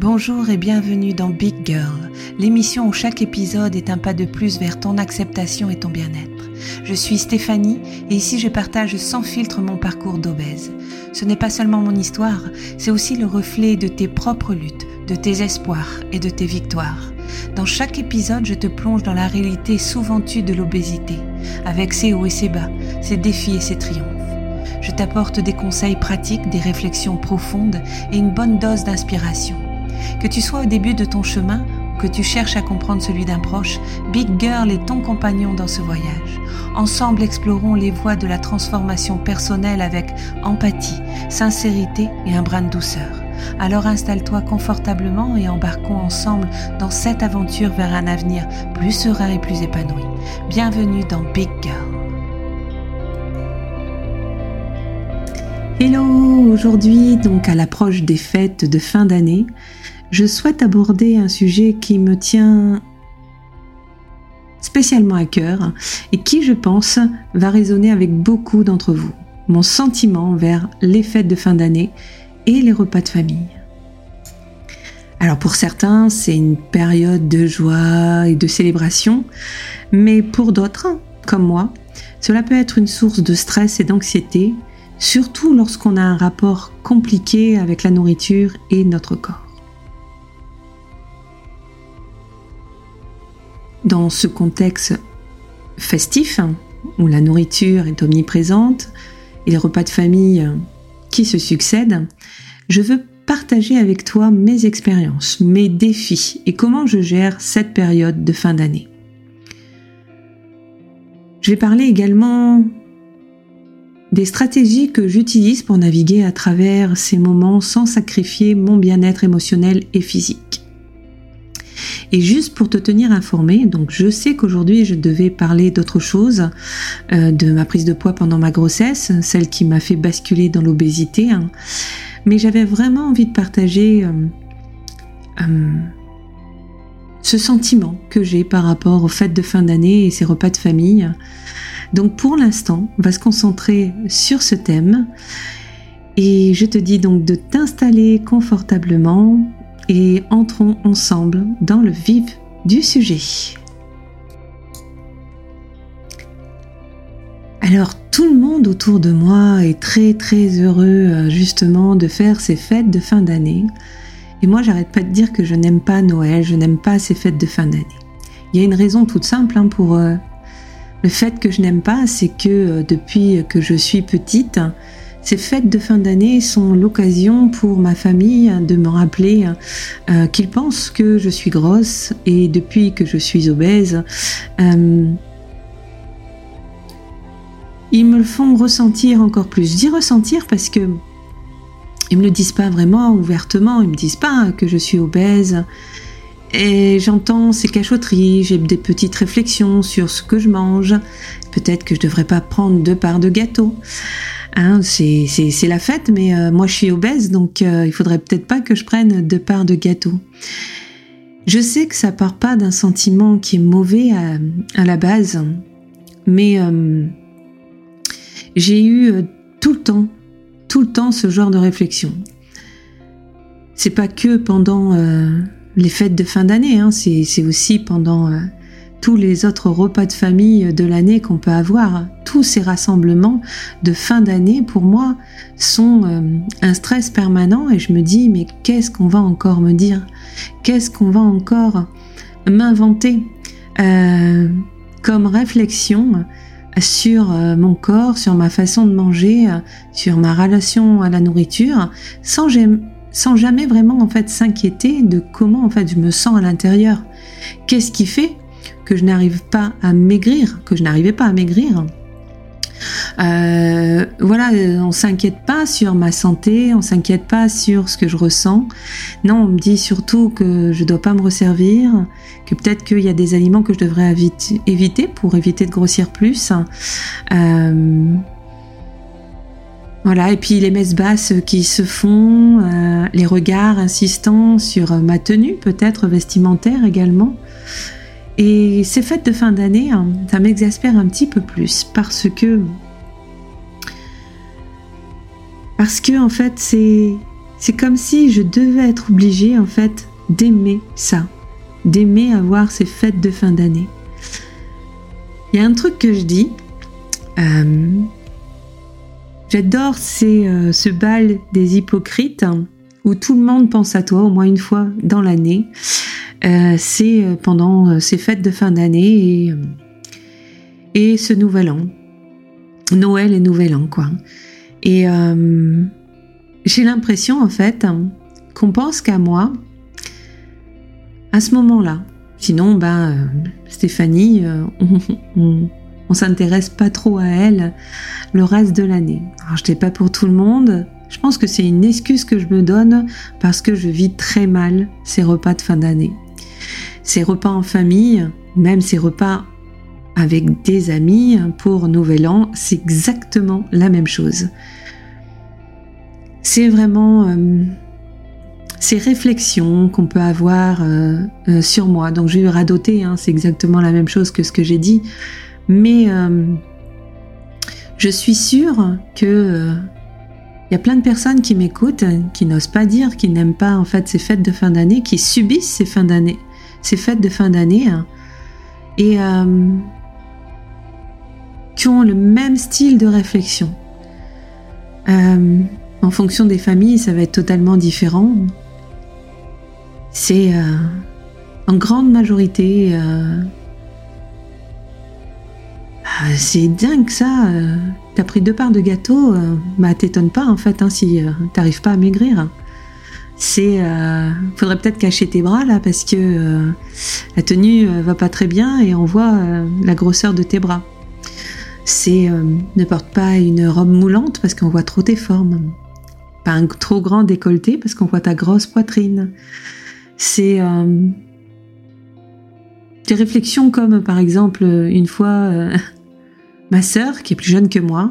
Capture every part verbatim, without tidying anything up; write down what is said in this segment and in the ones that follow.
Bonjour et bienvenue dans Big Girl, l'émission où chaque épisode est un pas de plus vers ton acceptation et ton bien-être. Je suis Stéphanie et ici je partage sans filtre mon parcours d'obèse. Ce n'est pas seulement mon histoire, c'est aussi le reflet de tes propres luttes, de tes espoirs et de tes victoires. Dans chaque épisode, je te plonge dans la réalité souvent tue de l'obésité, avec ses hauts et ses bas, ses défis et ses triomphes. Je t'apporte des conseils pratiques, des réflexions profondes et une bonne dose d'inspiration. Que tu sois au début de ton chemin ou que tu cherches à comprendre celui d'un proche, Big Girl est ton compagnon dans ce voyage. Ensemble, explorons les voies de la transformation personnelle avec empathie, sincérité et un brin de douceur. Alors installe-toi confortablement et embarquons ensemble dans cette aventure vers un avenir plus serein et plus épanoui. Bienvenue dans Big Girl. Hello, aujourd'hui, donc à l'approche des fêtes de fin d'année, je souhaite aborder un sujet qui me tient spécialement à cœur et qui, je pense, va résonner avec beaucoup d'entre vous. Mon sentiment vers les fêtes de fin d'année et les repas de famille. Alors pour certains, c'est une période de joie et de célébration, mais pour d'autres, comme moi, cela peut être une source de stress et d'anxiété, surtout lorsqu'on a un rapport compliqué avec la nourriture et notre corps. Dans ce contexte festif, où la nourriture est omniprésente et les repas de famille qui se succèdent, je veux partager avec toi mes expériences, mes défis et comment je gère cette période de fin d'année. Je vais parler également des stratégies que j'utilise pour naviguer à travers ces moments sans sacrifier mon bien-être émotionnel et physique. Et juste pour te tenir informé, donc je sais qu'aujourd'hui je devais parler d'autre chose, euh, de ma prise de poids pendant ma grossesse, celle qui m'a fait basculer dans l'obésité, hein. Mais j'avais vraiment envie de partager euh, euh, ce sentiment que j'ai par rapport aux fêtes de fin d'année et ces repas de famille. Donc pour l'instant, on va se concentrer sur ce thème et je te dis donc de t'installer confortablement et entrons ensemble dans le vif du sujet. Alors tout le monde autour de moi est très très heureux justement de faire ces fêtes de fin d'année et moi j'arrête pas de dire que je n'aime pas Noël, je n'aime pas ces fêtes de fin d'année. Il y a une raison toute simple hein, pour euh, le fait que je n'aime pas, c'est que euh, depuis que je suis petite, ces fêtes de fin d'année sont l'occasion pour ma famille de me rappeler euh, qu'ils pensent que je suis grosse et depuis que je suis obèse, euh, ils me le font ressentir encore plus. Je dis ressentir parce que ils me le disent pas vraiment ouvertement, ils me disent pas que je suis obèse. Et j'entends ces cachotteries, j'ai des petites réflexions sur ce que je mange. Peut-être que je devrais pas prendre deux parts de gâteau. Hein, c'est, c'est, c'est la fête, mais euh, moi je suis obèse, donc euh, il faudrait peut-être pas que je prenne deux parts de gâteau. Je sais que ça part pas d'un sentiment qui est mauvais à, à la base, mais euh, j'ai eu euh, tout le temps, tout le temps ce genre de réflexion. C'est pas que pendant euh, les fêtes de fin d'année, hein, c'est, c'est aussi pendant euh, tous les autres repas de famille de l'année qu'on peut avoir. Tous ces rassemblements de fin d'année, pour moi, sont euh, un stress permanent et je me dis, mais qu'est-ce qu'on va encore me dire ? Qu'est-ce qu'on va encore m'inventer euh, comme réflexion sur euh, mon corps, sur ma façon de manger, euh, sur ma relation à la nourriture, sans, sans jamais vraiment en fait s'inquiéter de comment en fait je me sens à l'intérieur. Qu'est-ce qui fait que je n'arrive pas à maigrir, que je n'arrivais pas à maigrir. Euh, voilà, on s'inquiète pas sur ma santé, on s'inquiète pas sur ce que je ressens. Non, on me dit surtout que je dois pas me resservir, que peut-être qu'il y a des aliments que je devrais éviter pour éviter de grossir plus. Euh, voilà, et puis les messes basses qui se font, euh, les regards insistants sur ma tenue, peut-être vestimentaire également. Et ces fêtes de fin d'année, ça m'exaspère un petit peu plus parce que parce que en fait c'est c'est comme si je devais être obligée en fait d'aimer ça, d'aimer avoir ces fêtes de fin d'année. Il y a un truc que je dis, euh, j'adore c'est euh, ce bal des hypocrites hein, où tout le monde pense à toi au moins une fois dans l'année. Euh, c'est pendant euh, ces fêtes de fin d'année et, euh, et ce nouvel an, Noël et nouvel an quoi. Et euh, j'ai l'impression en fait hein, qu'on pense qu'à moi à ce moment-là. Sinon, ben, euh, Stéphanie, euh, on, on, on s'intéresse pas trop à elle le reste de l'année. Alors, je dis pas pour tout le monde. Je pense que c'est une excuse que je me donne parce que je vis très mal ces repas de fin d'année. Ces repas en famille, même ces repas avec des amis pour Nouvel An, c'est exactement la même chose. C'est vraiment... Euh, ces réflexions qu'on peut avoir euh, euh, sur moi. Donc je vais radoter, hein, c'est exactement la même chose que ce que j'ai dit. Mais euh, je suis sûre que euh, y a plein de personnes qui m'écoutent, qui n'osent pas dire, qui n'aiment pas en fait ces fêtes de fin d'année, qui subissent ces fins d'année, ces fêtes de fin d'année, hein, et euh, qui ont le même style de réflexion. Euh, en fonction des familles, ça va être totalement différent. C'est euh, en grande majorité, euh, c'est dingue ça. Euh, t'as pris deux parts de gâteau, euh, bah t'étonnes pas en fait hein, si euh, t'arrives pas à maigrir. C'est, euh, faudrait peut-être cacher tes bras là parce que euh, la tenue euh, va pas très bien et on voit euh, la grosseur de tes bras. C'est euh, ne porte pas une robe moulante parce qu'on voit trop tes formes. Pas un trop grand décolleté parce qu'on voit ta grosse poitrine. C'est euh, des réflexions comme par exemple une fois euh, ma sœur qui est plus jeune que moi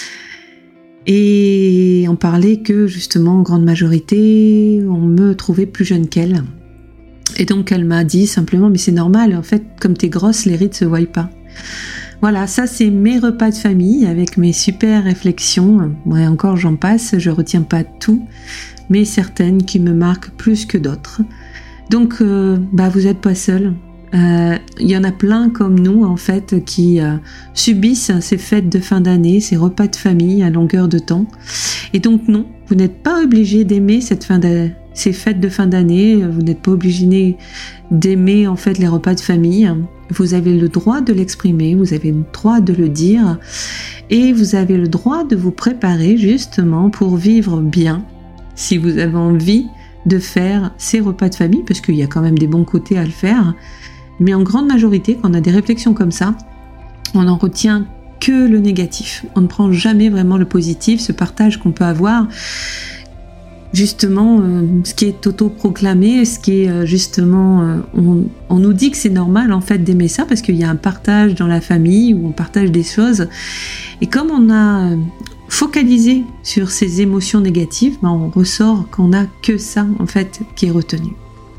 et on parlait que justement en grande majorité on me trouvait plus jeune qu'elle et donc elle m'a dit simplement mais c'est normal en fait comme t'es grosse les rides se voient pas. Voilà, ça c'est mes repas de famille avec mes super réflexions. Ouais, encore j'en passe, je retiens pas tout, mais certaines qui me marquent plus que d'autres. Donc, euh, bah vous êtes pas seul. Il euh, y en a plein comme nous en fait qui euh, subissent ces fêtes de fin d'année, ces repas de famille à longueur de temps. Et donc non, vous n'êtes pas obligé d'aimer cette fin de, ces fêtes de fin d'année. Vous n'êtes pas obligé d'aimer en fait les repas de famille. Vous avez le droit de l'exprimer, vous avez le droit de le dire et vous avez le droit de vous préparer justement pour vivre bien si vous avez envie de faire ces repas de famille parce qu'il y a quand même des bons côtés à le faire. Mais en grande majorité, quand on a des réflexions comme ça, on n'en retient que le négatif. On ne prend jamais vraiment le positif, ce partage qu'on peut avoir. Justement, euh, ce qui est auto-proclamé, ce qui est euh, justement, euh, on, on nous dit que c'est normal en fait d'aimer ça parce qu'il y a un partage dans la famille où on partage des choses. Et comme on a focalisé sur ces émotions négatives, ben on ressort qu'on n'a que ça en fait qui est retenu.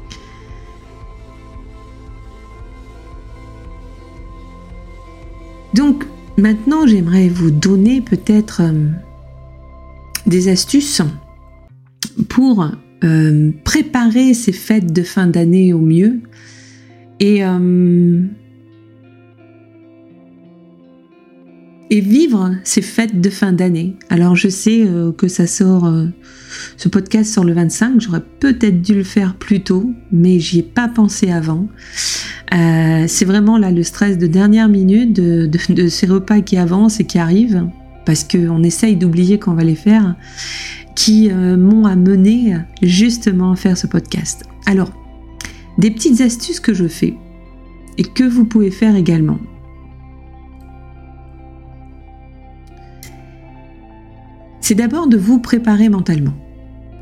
Donc maintenant, j'aimerais vous donner peut-être euh, des astuces pour euh, préparer ces fêtes de fin d'année au mieux et, euh, et vivre ces fêtes de fin d'année. Alors je sais euh, que ça sort, euh, ce podcast sort le vingt-cinq, j'aurais peut-être dû le faire plus tôt, mais j'y ai pas pensé avant. Euh, c'est vraiment là le stress de dernière minute de, de, de ces repas qui avancent et qui arrivent, parce qu'on essaye d'oublier qu'on va les faire, qui euh, m'ont amené justement à faire ce podcast. Alors, des petites astuces que je fais et que vous pouvez faire également. C'est d'abord de vous préparer mentalement. D'accord ?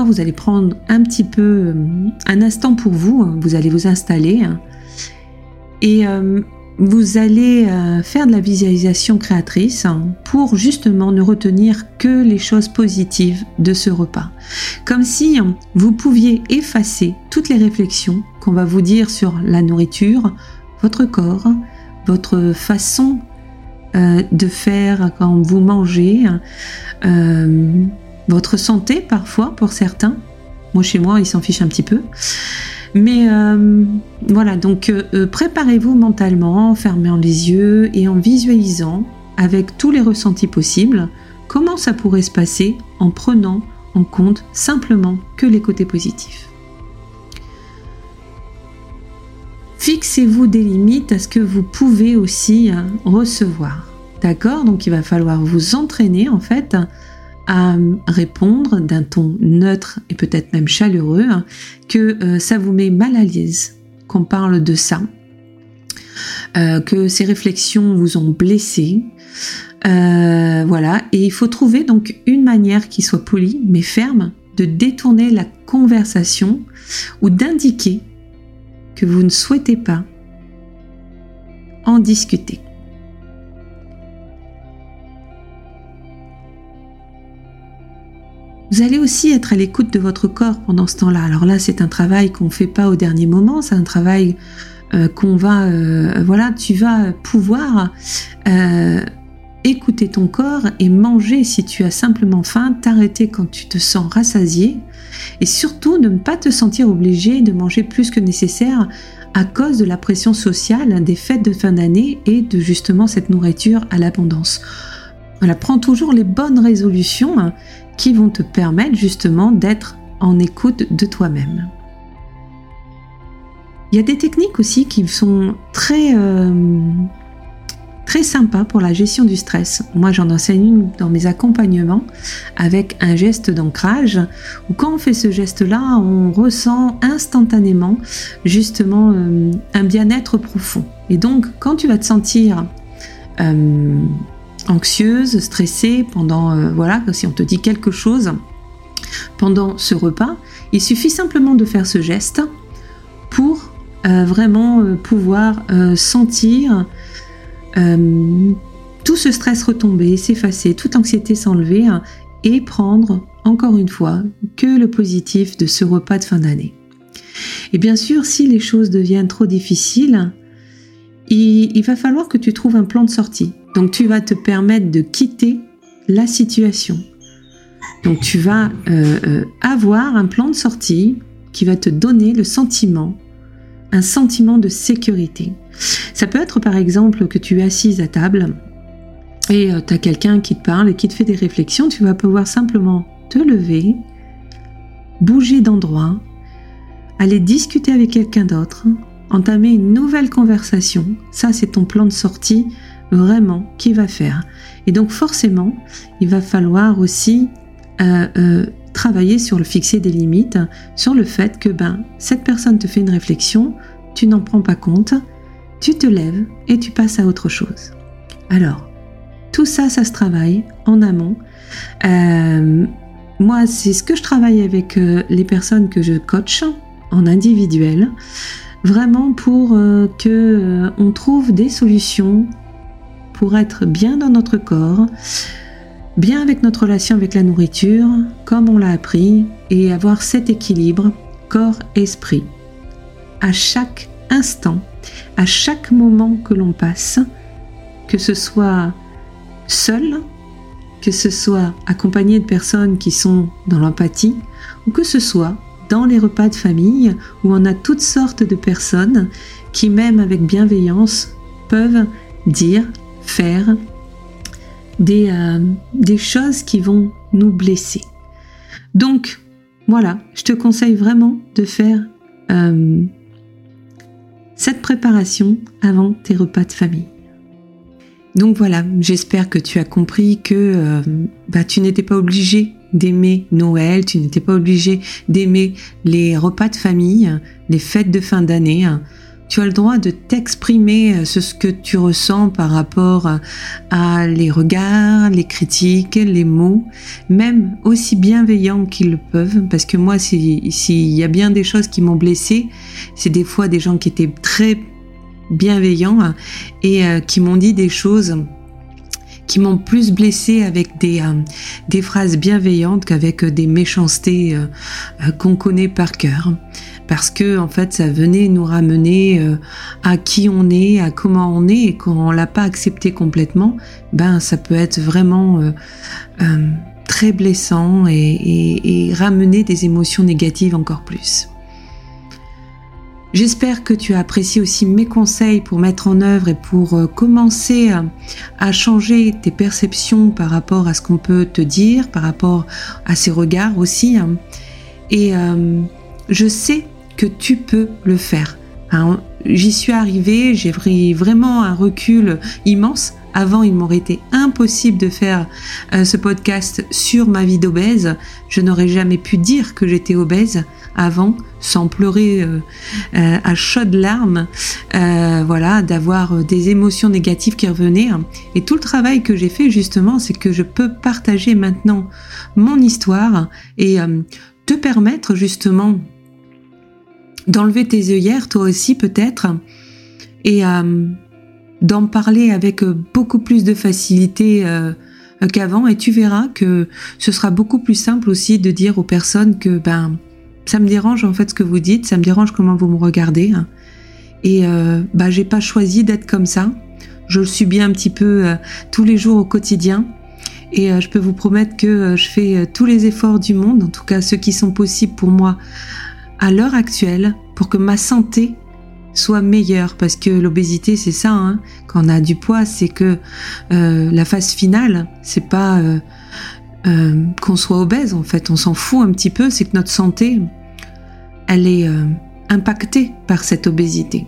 Vous allez prendre un petit peu, un instant pour vous, vous allez vous installer et euh, vous allez euh, faire de la visualisation créatrice pour justement ne retenir que les choses positives de ce repas. Comme si vous pouviez effacer toutes les réflexions qu'on va vous dire sur la nourriture, votre corps, votre façon euh, de faire quand vous mangez, euh, votre santé parfois pour certains. Moi, chez moi, ils s'en fichent un petit peu. Mais euh, voilà, donc euh, préparez-vous mentalement en fermant les yeux et en visualisant avec tous les ressentis possibles comment ça pourrait se passer en prenant en compte simplement que les côtés positifs. Fixez-vous des limites à ce que vous pouvez aussi hein, recevoir. D'accord ? Donc il va falloir vous entraîner en fait à répondre d'un ton neutre et peut-être même chaleureux, hein, que euh, ça vous met mal à l'aise qu'on parle de ça, euh, que ces réflexions vous ont blessé. Euh, voilà, et il faut trouver donc une manière qui soit polie mais ferme de détourner la conversation ou d'indiquer que vous ne souhaitez pas en discuter. Vous allez aussi être à l'écoute de votre corps pendant ce temps-là. Alors là, c'est un travail qu'on ne fait pas au dernier moment, c'est un travail euh, qu'on va, euh, voilà, tu vas pouvoir euh, écouter ton corps et manger si tu as simplement faim, t'arrêter quand tu te sens rassasié et surtout ne pas te sentir obligé de manger plus que nécessaire à cause de la pression sociale des fêtes de fin d'année et de justement cette nourriture à l'abondance. Voilà, prends toujours les bonnes résolutions hein, qui vont te permettre justement d'être en écoute de toi-même. Il y a des techniques aussi qui sont très, euh, très sympas pour la gestion du stress. Moi, j'en enseigne une dans mes accompagnements avec un geste d'ancrage où quand on fait ce geste-là, on ressent instantanément justement euh, un bien-être profond. Et donc, quand tu vas te sentir euh, anxieuse, stressée pendant, euh, voilà, si on te dit quelque chose pendant ce repas, il suffit simplement de faire ce geste pour euh, vraiment euh, pouvoir euh, sentir euh, tout ce stress retomber, s'effacer, toute l'anxiété s'enlever hein, et prendre encore une fois que le positif de ce repas de fin d'année. Et bien sûr, si les choses deviennent trop difficiles, il, il va falloir que tu trouves un plan de sortie. Donc tu vas te permettre de quitter la situation. Donc tu vas euh, euh, avoir un plan de sortie qui va te donner le sentiment, un sentiment de sécurité. Ça peut être par exemple que tu es assise à table et euh, tu as quelqu'un qui te parle et qui te fait des réflexions. Tu vas pouvoir simplement te lever, bouger d'endroit, aller discuter avec quelqu'un d'autre, entamer une nouvelle conversation. Ça, c'est ton plan de sortie vraiment qui va faire. Et donc forcément, il va falloir aussi euh, euh, travailler sur le fixer des limites, sur le fait que ben, cette personne te fait une réflexion, tu n'en prends pas compte, tu te lèves et tu passes à autre chose. Alors, tout ça, ça se travaille en amont. Euh, moi, c'est ce que je travaille avec euh, les personnes que je coach en individuel, vraiment pour euh, que euh, on trouve des solutions pour être bien dans notre corps, bien avec notre relation avec la nourriture, comme on l'a appris, et avoir cet équilibre corps-esprit. À chaque instant, à chaque moment que l'on passe, que ce soit seul, que ce soit accompagné de personnes qui sont dans l'empathie, ou que ce soit dans les repas de famille, où on a toutes sortes de personnes qui, même avec bienveillance, peuvent dire, faire des, euh, des choses qui vont nous blesser. Donc, voilà, je te conseille vraiment de faire euh, cette préparation avant tes repas de famille. Donc voilà, j'espère que tu as compris que euh, bah, tu n'étais pas obligé d'aimer Noël, tu n'étais pas obligé d'aimer les repas de famille, les fêtes de fin d'année. Tu as le droit de t'exprimer ce que tu ressens par rapport à les regards, les critiques, les mots, même aussi bienveillants qu'ils le peuvent. Parce que moi, s'il si y a bien des choses qui m'ont blessée, c'est des fois des gens qui étaient très bienveillants et euh, qui m'ont dit des choses qui m'ont plus blessée avec des, euh, des phrases bienveillantes qu'avec des méchancetés euh, euh, qu'on connaît par cœur. Parce que en fait, ça venait nous ramener euh, à qui on est, à comment on est, et quand on l'a pas accepté complètement, ben ça peut être vraiment euh, euh, très blessant et, et, et ramener des émotions négatives encore plus. J'espère que tu as apprécié aussi mes conseils pour mettre en œuvre et pour euh, commencer à, à changer tes perceptions par rapport à ce qu'on peut te dire, par rapport à ces regards aussi. Hein. Et euh, je sais que tu peux le faire. Hein. J'y suis arrivée, j'ai vraiment un recul immense. Avant, il m'aurait été impossible de faire euh, ce podcast sur ma vie d'obèse. Je n'aurais jamais pu dire que j'étais obèse avant, sans pleurer euh, euh, à chaudes larmes, euh, voilà, d'avoir des émotions négatives qui revenaient. Et tout le travail que j'ai fait justement, c'est que je peux partager maintenant mon histoire et euh, te permettre justement d'enlever tes œillères, toi aussi peut-être, et euh, d'en parler avec beaucoup plus de facilité euh, qu'avant. Et tu verras que ce sera beaucoup plus simple aussi de dire aux personnes que ben ça me dérange en fait ce que vous dites, ça me dérange comment vous me regardez. Hein. Et euh, bah j'ai pas choisi d'être comme ça. Je le subis un petit peu euh, tous les jours au quotidien. Et euh, je peux vous promettre que euh, je fais euh, tous les efforts du monde, en tout cas ceux qui sont possibles pour moi à l'heure actuelle, pour que ma santé soit meilleure. Parce que l'obésité, c'est ça, hein. Quand on a du poids, c'est que euh, la phase finale, c'est pas euh, euh, qu'on soit obèse, en fait. On s'en fout un petit peu, c'est que notre santé, elle est euh, impactée par cette obésité.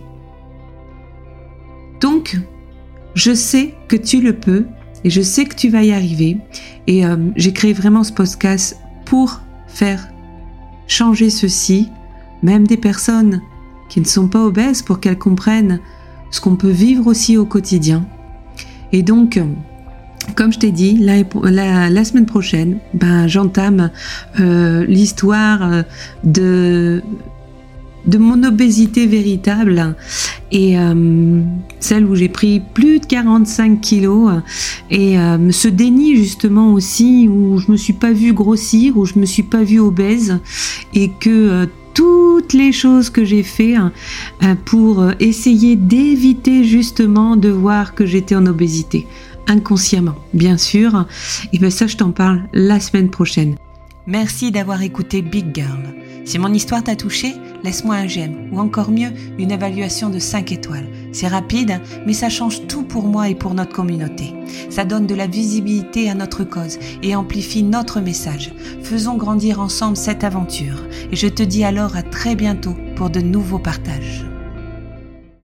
Donc, je sais que tu le peux et je sais que tu vas y arriver. Et euh, j'ai créé vraiment ce podcast pour faire changer ceci, même des personnes qui ne sont pas obèses, pour qu'elles comprennent ce qu'on peut vivre aussi au quotidien. Et donc, comme je t'ai dit, la, la, la semaine prochaine, ben, j'entame euh, l'histoire de, de mon obésité véritable et euh, celle où j'ai pris plus de quarante-cinq kilos et euh, ce déni justement aussi où je me suis pas vue grossir, où je me suis pas vue obèse et que euh, toutes les choses que j'ai fait euh, pour essayer d'éviter justement de voir que j'étais en obésité, inconsciemment bien sûr, et bien ça je t'en parle la semaine prochaine. Merci d'avoir écouté Big Girl. Si mon histoire t'a touché, laisse-moi un j'aime ou encore mieux, une évaluation de cinq étoiles. C'est rapide, mais ça change tout pour moi et pour notre communauté. Ça donne de la visibilité à notre cause et amplifie notre message. Faisons grandir ensemble cette aventure. Et je te dis alors à très bientôt pour de nouveaux partages.